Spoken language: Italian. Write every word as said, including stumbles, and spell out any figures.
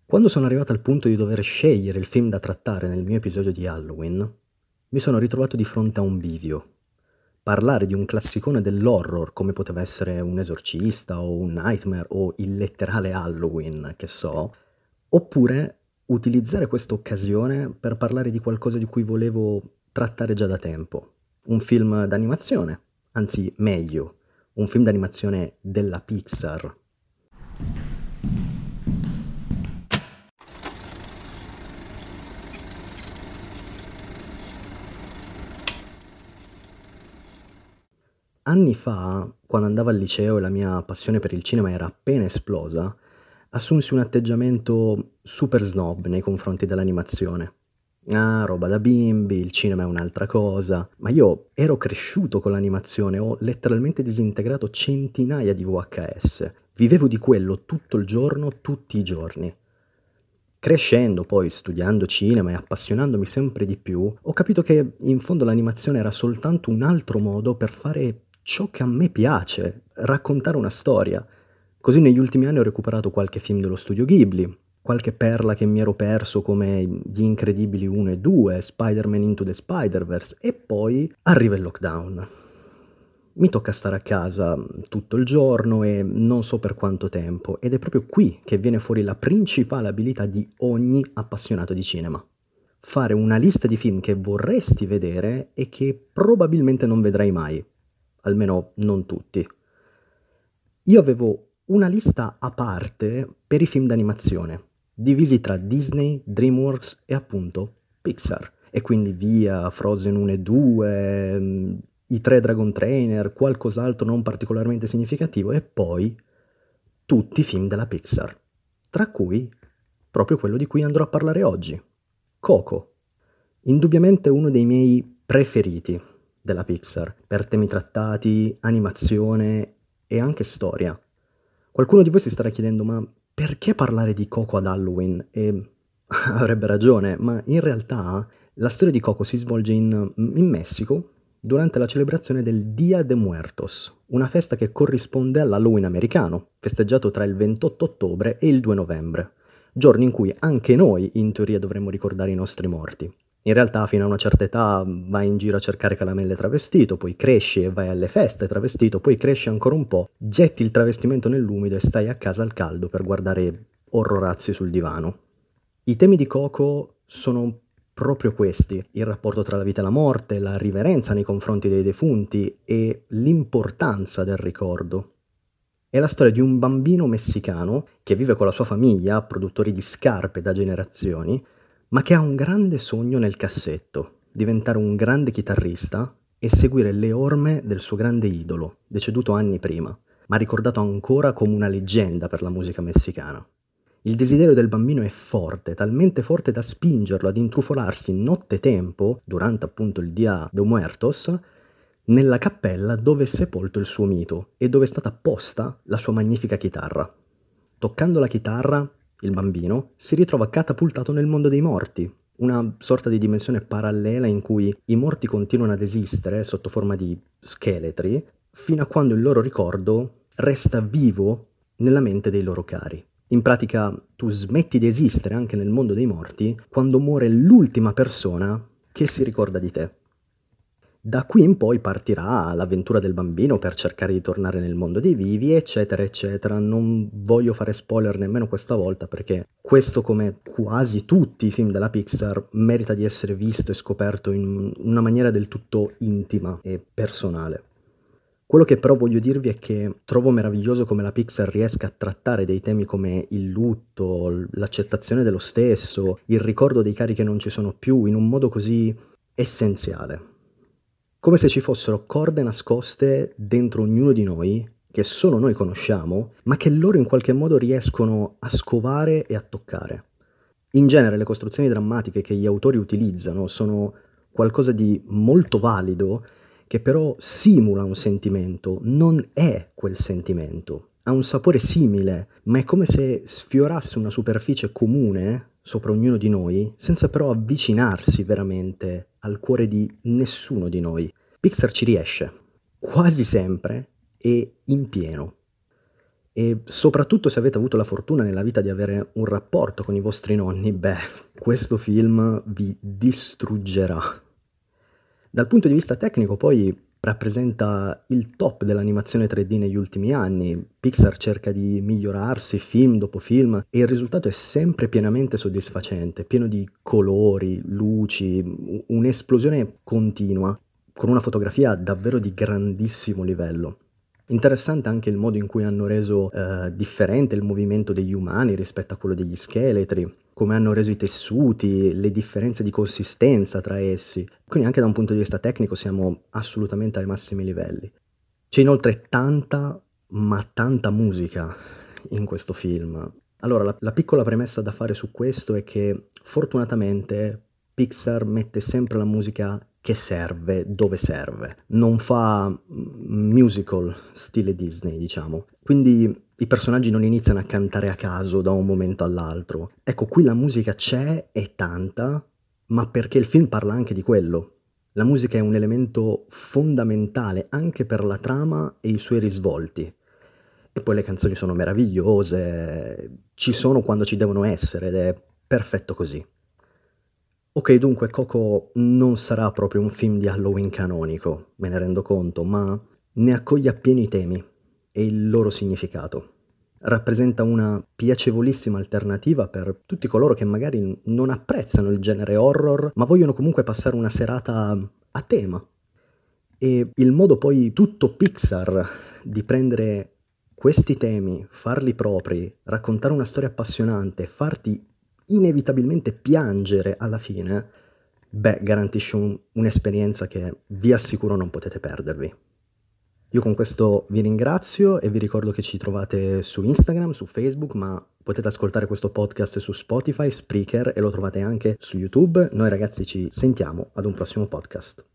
Quando sono arrivato al punto di dover scegliere il film da trattare nel mio episodio di Halloween, mi sono ritrovato di fronte a un bivio. Parlare di un classicone dell'horror come poteva essere Un esorcista o un Nightmare o il letterale Halloween, che so, oppure utilizzare questa occasione per parlare di qualcosa di cui volevo trattare già da tempo. Un film d'animazione, anzi meglio, un film d'animazione della Pixar. Anni fa, quando andavo al liceo e la mia passione per il cinema era appena esplosa, assunsi un atteggiamento super snob nei confronti dell'animazione. Ah, roba da bimbi, il cinema è un'altra cosa. Ma io ero cresciuto con l'animazione, ho letteralmente disintegrato centinaia di V H S. Vivevo di quello tutto il giorno, tutti i giorni. Crescendo, poi studiando cinema e appassionandomi sempre di più, ho capito che in fondo l'animazione era soltanto un altro modo per fare ciò che a me piace, raccontare una storia. Così negli ultimi anni ho recuperato qualche film dello studio Ghibli, qualche perla che mi ero perso come Gli Incredibili uno e due, Spider-Man Into the Spider-Verse e poi arriva il lockdown. Mi tocca stare a casa tutto il giorno e non so per quanto tempo, ed è proprio qui che viene fuori la principale abilità di ogni appassionato di cinema. Fare una lista di film che vorresti vedere e che probabilmente non vedrai mai, almeno non tutti. Io avevo una lista a parte per i film d'animazione, divisi tra Disney, DreamWorks e appunto Pixar. E quindi via Frozen uno e due, i tre Dragon Trainer, qualcos'altro non particolarmente significativo e poi tutti i film della Pixar, tra cui proprio quello di cui andrò a parlare oggi, Coco. Indubbiamente uno dei miei preferiti della Pixar, per temi trattati, animazione e anche storia. Qualcuno di voi si starà chiedendo, ma perché parlare di Coco ad Halloween? E avrebbe ragione, ma in realtà la storia di Coco si svolge in, in Messico durante la celebrazione del Día de Muertos, una festa che corrisponde all'Halloween americano, festeggiato tra il ventotto ottobre e il due novembre, giorni in cui anche noi in teoria dovremmo ricordare i nostri morti. In realtà fino a una certa età vai in giro a cercare caramelle travestito, poi cresci e vai alle feste travestito, poi cresci ancora un po', getti il travestimento nell'umido e stai a casa al caldo per guardare orrorazzi sul divano. I temi di Coco sono proprio questi, il rapporto tra la vita e la morte, la riverenza nei confronti dei defunti e l'importanza del ricordo. È la storia di un bambino messicano che vive con la sua famiglia, produttori di scarpe da generazioni, ma che ha un grande sogno nel cassetto, diventare un grande chitarrista e seguire le orme del suo grande idolo, deceduto anni prima, ma ricordato ancora come una leggenda per la musica messicana. Il desiderio del bambino è forte, talmente forte da spingerlo ad intrufolarsi nottetempo, durante appunto il Dia de Muertos, nella cappella dove è sepolto il suo mito e dove è stata posta la sua magnifica chitarra. Toccando la chitarra, il bambino si ritrova catapultato nel mondo dei morti, una sorta di dimensione parallela in cui i morti continuano ad esistere sotto forma di scheletri, fino a quando il loro ricordo resta vivo nella mente dei loro cari. In pratica, tu smetti di esistere anche nel mondo dei morti quando muore l'ultima persona che si ricorda di te. Da qui in poi partirà l'avventura del bambino per cercare di tornare nel mondo dei vivi, eccetera, eccetera. Non voglio fare spoiler nemmeno questa volta perché questo, come quasi tutti i film della Pixar, merita di essere visto e scoperto in una maniera del tutto intima e personale. Quello che però voglio dirvi è che trovo meraviglioso come la Pixar riesca a trattare dei temi come il lutto, l'accettazione dello stesso, il ricordo dei cari che non ci sono più, in un modo così essenziale. Come se ci fossero corde nascoste dentro ognuno di noi, che solo noi conosciamo, ma che loro in qualche modo riescono a scovare e a toccare. In genere le costruzioni drammatiche che gli autori utilizzano sono qualcosa di molto valido, che però simula un sentimento, non è quel sentimento. Ha un sapore simile, ma è come se sfiorasse una superficie comune sopra ognuno di noi, senza però avvicinarsi veramente al cuore di nessuno di noi. Pixar ci riesce, quasi sempre e in pieno. E soprattutto se avete avuto la fortuna nella vita di avere un rapporto con i vostri nonni, beh, questo film vi distruggerà. Dal punto di vista tecnico poi rappresenta il top dell'animazione tre D negli ultimi anni. Pixar cerca di migliorarsi film dopo film e il risultato è sempre pienamente soddisfacente, pieno di colori, luci, u- un'esplosione continua, con una fotografia davvero di grandissimo livello. Interessante anche il modo in cui hanno reso eh, differente il movimento degli umani rispetto a quello degli scheletri, come hanno reso i tessuti, le differenze di consistenza tra essi. Quindi anche da un punto di vista tecnico siamo assolutamente ai massimi livelli. C'è inoltre tanta, ma tanta musica in questo film. Allora, la, la piccola premessa da fare su questo è che fortunatamente Pixar mette sempre la musica che serve dove serve. Non fa mm, musical stile Disney, diciamo. Quindi i personaggi non iniziano a cantare a caso da un momento all'altro. Ecco, qui la musica c'è, è tanta, ma perché il film parla anche di quello. La musica è un elemento fondamentale anche per la trama e i suoi risvolti. E poi le canzoni sono meravigliose, ci sono quando ci devono essere ed è perfetto così. Ok, dunque Coco non sarà proprio un film di Halloween canonico, me ne rendo conto, ma ne accoglie appieno i temi e il loro significato. Rappresenta una piacevolissima alternativa per tutti coloro che magari non apprezzano il genere horror, ma vogliono comunque passare una serata a tema. E il modo poi tutto Pixar di prendere questi temi, farli propri, raccontare una storia appassionante, farti inevitabilmente piangere alla fine, beh, garantisce un- un'esperienza che vi assicuro non potete perdervi. Io con questo vi ringrazio e vi ricordo che ci trovate su Instagram, su Facebook, ma potete ascoltare questo podcast su Spotify, Spreaker e lo trovate anche su YouTube. Noi ragazzi ci sentiamo ad un prossimo podcast.